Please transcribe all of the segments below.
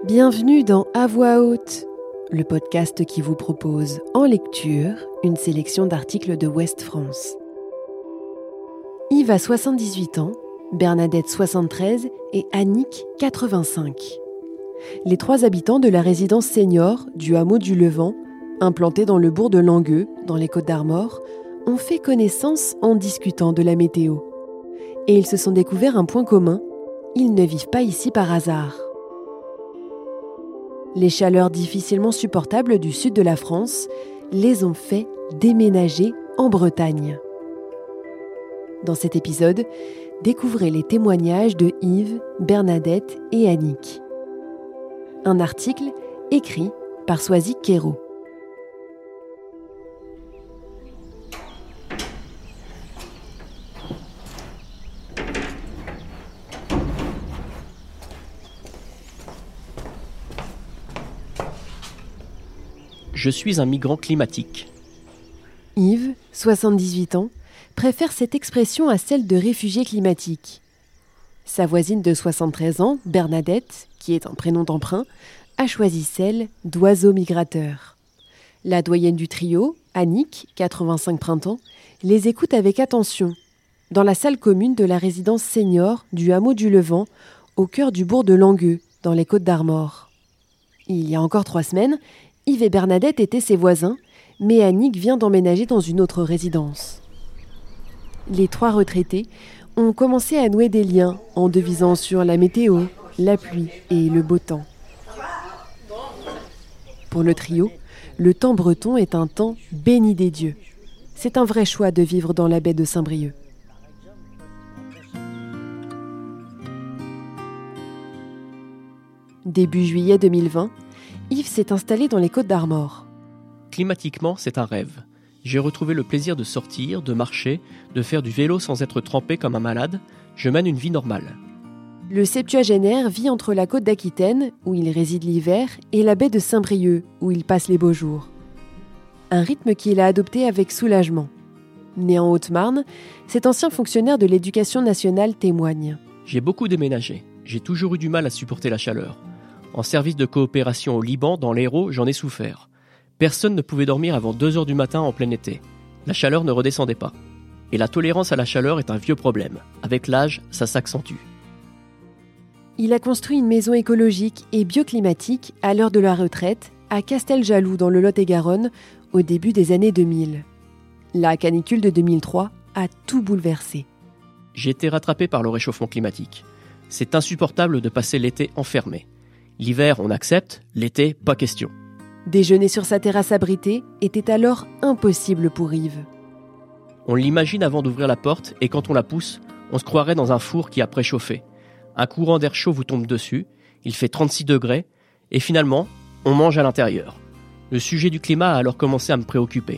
Bienvenue dans À voix haute, le podcast qui vous propose en lecture une sélection d'articles de Ouest France. Yves a 78 ans, Bernadette 73 et Annick 85. Les trois habitants de la résidence senior du hameau du Levant, implantée dans le bourg de Langueux, dans les Côtes-d'Armor, ont fait connaissance en discutant de la météo. Et ils se sont découverts un point commun, ils ne vivent pas ici par hasard. Les chaleurs difficilement supportables du sud de la France les ont fait déménager en Bretagne. Dans cet épisode, découvrez les témoignages de Yves, Bernadette et Annick. Un article écrit par Soazic Quérault. Je suis un migrant climatique. Yves, 78 ans, préfère cette expression à celle de réfugié climatique. Sa voisine de 73 ans, Bernadette, qui est un prénom d'emprunt, a choisi celle d'oiseau migrateur. La doyenne du trio, Annick, 85 printemps, les écoute avec attention, dans la salle commune de la résidence senior du hameau du Levant, au cœur du bourg de Langueux, dans les Côtes-d'Armor. Il y a encore 3 semaines, Yves et Bernadette étaient ses voisins, mais Annick vient d'emménager dans une autre résidence. Les 3 retraités ont commencé à nouer des liens en devisant sur la météo, la pluie et le beau temps. Pour le trio, le temps breton est un temps béni des dieux. C'est un vrai choix de vivre dans la baie de Saint-Brieuc. Début juillet 2020, Yves s'est installé dans les Côtes-d'Armor. Climatiquement, c'est un rêve. J'ai retrouvé le plaisir de sortir, de marcher, de faire du vélo sans être trempé comme un malade. Je mène une vie normale. Le septuagénaire vit entre la côte d'Aquitaine, où il réside l'hiver, et la baie de Saint-Brieuc, où il passe les beaux jours. Un rythme qu'il a adopté avec soulagement. Né en Haute-Marne, cet ancien fonctionnaire de l'Éducation nationale témoigne. J'ai beaucoup déménagé. J'ai toujours eu du mal à supporter la chaleur. En service de coopération au Liban, dans l'Hérault, j'en ai souffert. Personne ne pouvait dormir avant 2h du matin en plein été. La chaleur ne redescendait pas. Et la tolérance à la chaleur est un vieux problème. Avec l'âge, ça s'accentue. Il a construit une maison écologique et bioclimatique à l'heure de la retraite, à Casteljaloux dans le Lot-et-Garonne, au début des années 2000. La canicule de 2003 a tout bouleversé. J'ai été rattrapé par le réchauffement climatique. C'est insupportable de passer l'été enfermé. L'hiver, on accepte, l'été, pas question. Déjeuner sur sa terrasse abritée était alors impossible pour Yves. On l'imagine avant d'ouvrir la porte et quand on la pousse, on se croirait dans un four qui a préchauffé. Un courant d'air chaud vous tombe dessus, il fait 36 degrés et finalement, on mange à l'intérieur. Le sujet du climat a alors commencé à me préoccuper.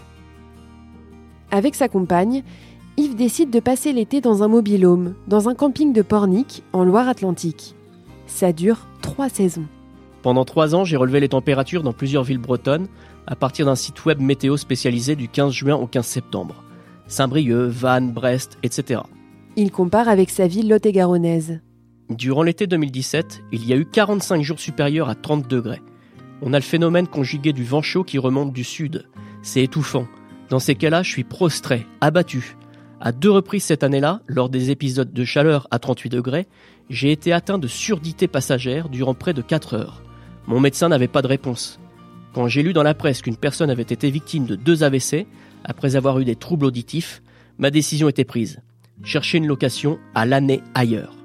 Avec sa compagne, Yves décide de passer l'été dans un mobil-home, dans un camping de Pornic, en Loire-Atlantique. Ça dure 3 saisons. Pendant 3 ans, j'ai relevé les températures dans plusieurs villes bretonnes à partir d'un site web météo spécialisé du 15 juin au 15 septembre. Saint-Brieuc, Vannes, Brest, etc. Il compare avec sa ville lot-et-garonnaise. Durant l'été 2017, il y a eu 45 jours supérieurs à 30 degrés. On a le phénomène conjugué du vent chaud qui remonte du sud. C'est étouffant. Dans ces cas-là, je suis prostré, abattu. À 2 reprises cette année-là, lors des épisodes de chaleur à 38 degrés, j'ai été atteint de surdité passagère durant près de 4 heures. Mon médecin n'avait pas de réponse. Quand j'ai lu dans la presse qu'une personne avait été victime de 2 AVC, après avoir eu des troubles auditifs, ma décision était prise. Chercher une location à l'année ailleurs.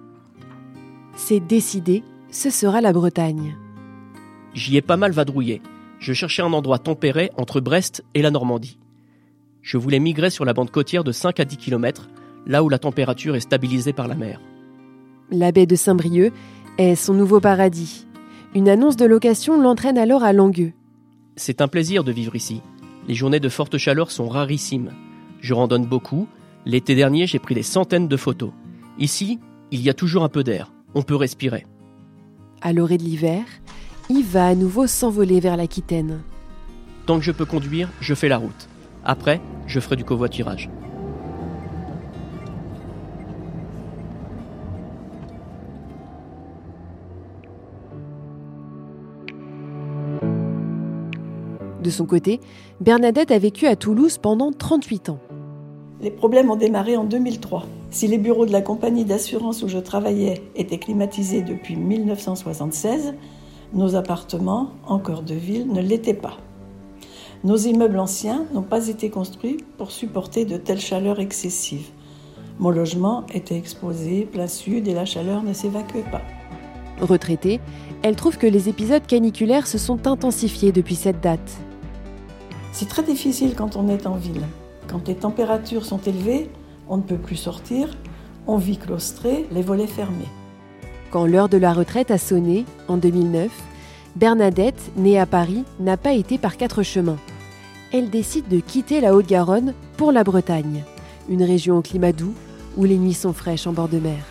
C'est décidé, ce sera la Bretagne. J'y ai pas mal vadrouillé. Je cherchais un endroit tempéré entre Brest et la Normandie. Je voulais migrer sur la bande côtière de 5 à 10 km, là où la température est stabilisée par la mer. La baie de Saint-Brieuc est son nouveau paradis. Une annonce de location l'entraîne alors à Langueux. C'est un plaisir de vivre ici. Les journées de forte chaleur sont rarissimes. Je randonne beaucoup. L'été dernier, j'ai pris des centaines de photos. Ici, il y a toujours un peu d'air. On peut respirer. À l'orée de l'hiver, Yves va à nouveau s'envoler vers l'Aquitaine. Tant que je peux conduire, je fais la route. Après, je ferai du covoiturage. De son côté, Bernadette a vécu à Toulouse pendant 38 ans. Les problèmes ont démarré en 2003. Si les bureaux de la compagnie d'assurance où je travaillais étaient climatisés depuis 1976, nos appartements, en cœur de ville, ne l'étaient pas. Nos immeubles anciens n'ont pas été construits pour supporter de telles chaleurs excessives. Mon logement était exposé plein sud et la chaleur ne s'évacuait pas. Retraitée, elle trouve que les épisodes caniculaires se sont intensifiés depuis cette date. C'est très difficile quand on est en ville. Quand les températures sont élevées, on ne peut plus sortir, on vit claustré, les volets fermés. Quand l'heure de la retraite a sonné, en 2009, Bernadette, née à Paris, n'a pas été par 4 chemins. Elle décide de quitter la Haute-Garonne pour la Bretagne, une région au climat doux où les nuits sont fraîches en bord de mer.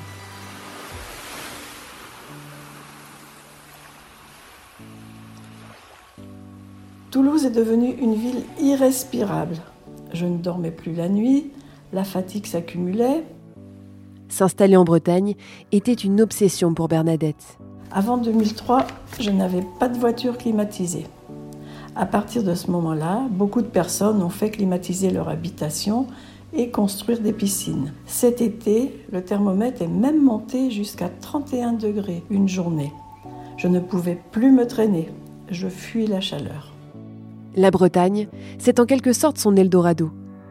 Toulouse est devenue une ville irrespirable. Je ne dormais plus la nuit, la fatigue s'accumulait. S'installer en Bretagne était une obsession pour Bernadette. Avant 2003, je n'avais pas de voiture climatisée. À partir de ce moment-là, beaucoup de personnes ont fait climatiser leur habitation et construire des piscines. Cet été, le thermomètre est même monté jusqu'à 31 degrés une journée. Je ne pouvais plus me traîner. Je fuis la chaleur. La Bretagne, c'est en quelque sorte son Eldorado.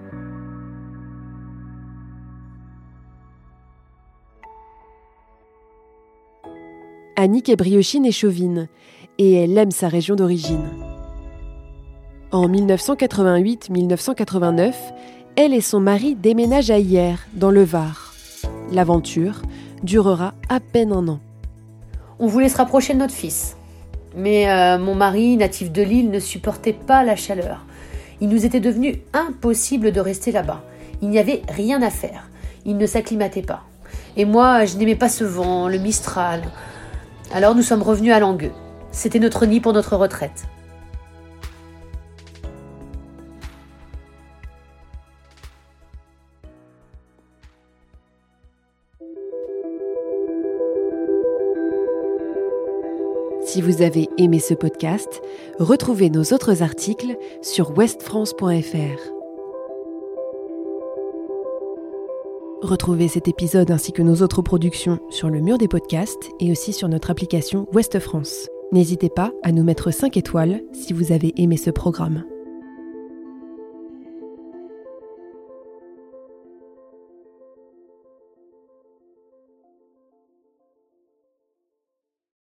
Annick est briochine et chauvine, et elle aime sa région d'origine. En 1988-1989, elle et son mari déménagent à Hyères, dans le Var. L'aventure durera à peine 1 an. On voulait se rapprocher de notre fils. Mais mon mari, natif de l'île, ne supportait pas la chaleur. Il nous était devenu impossible de rester là-bas. Il n'y avait rien à faire. Il ne s'acclimatait pas. Et moi, je n'aimais pas ce vent, le Mistral. Alors nous sommes revenus à Langueux. C'était notre nid pour notre retraite. Si vous avez aimé ce podcast, retrouvez nos autres articles sur westfrance.fr. Retrouvez cet épisode ainsi que nos autres productions sur le mur des podcasts et aussi sur notre application Ouest France. N'hésitez pas à nous mettre 5 étoiles si vous avez aimé ce programme.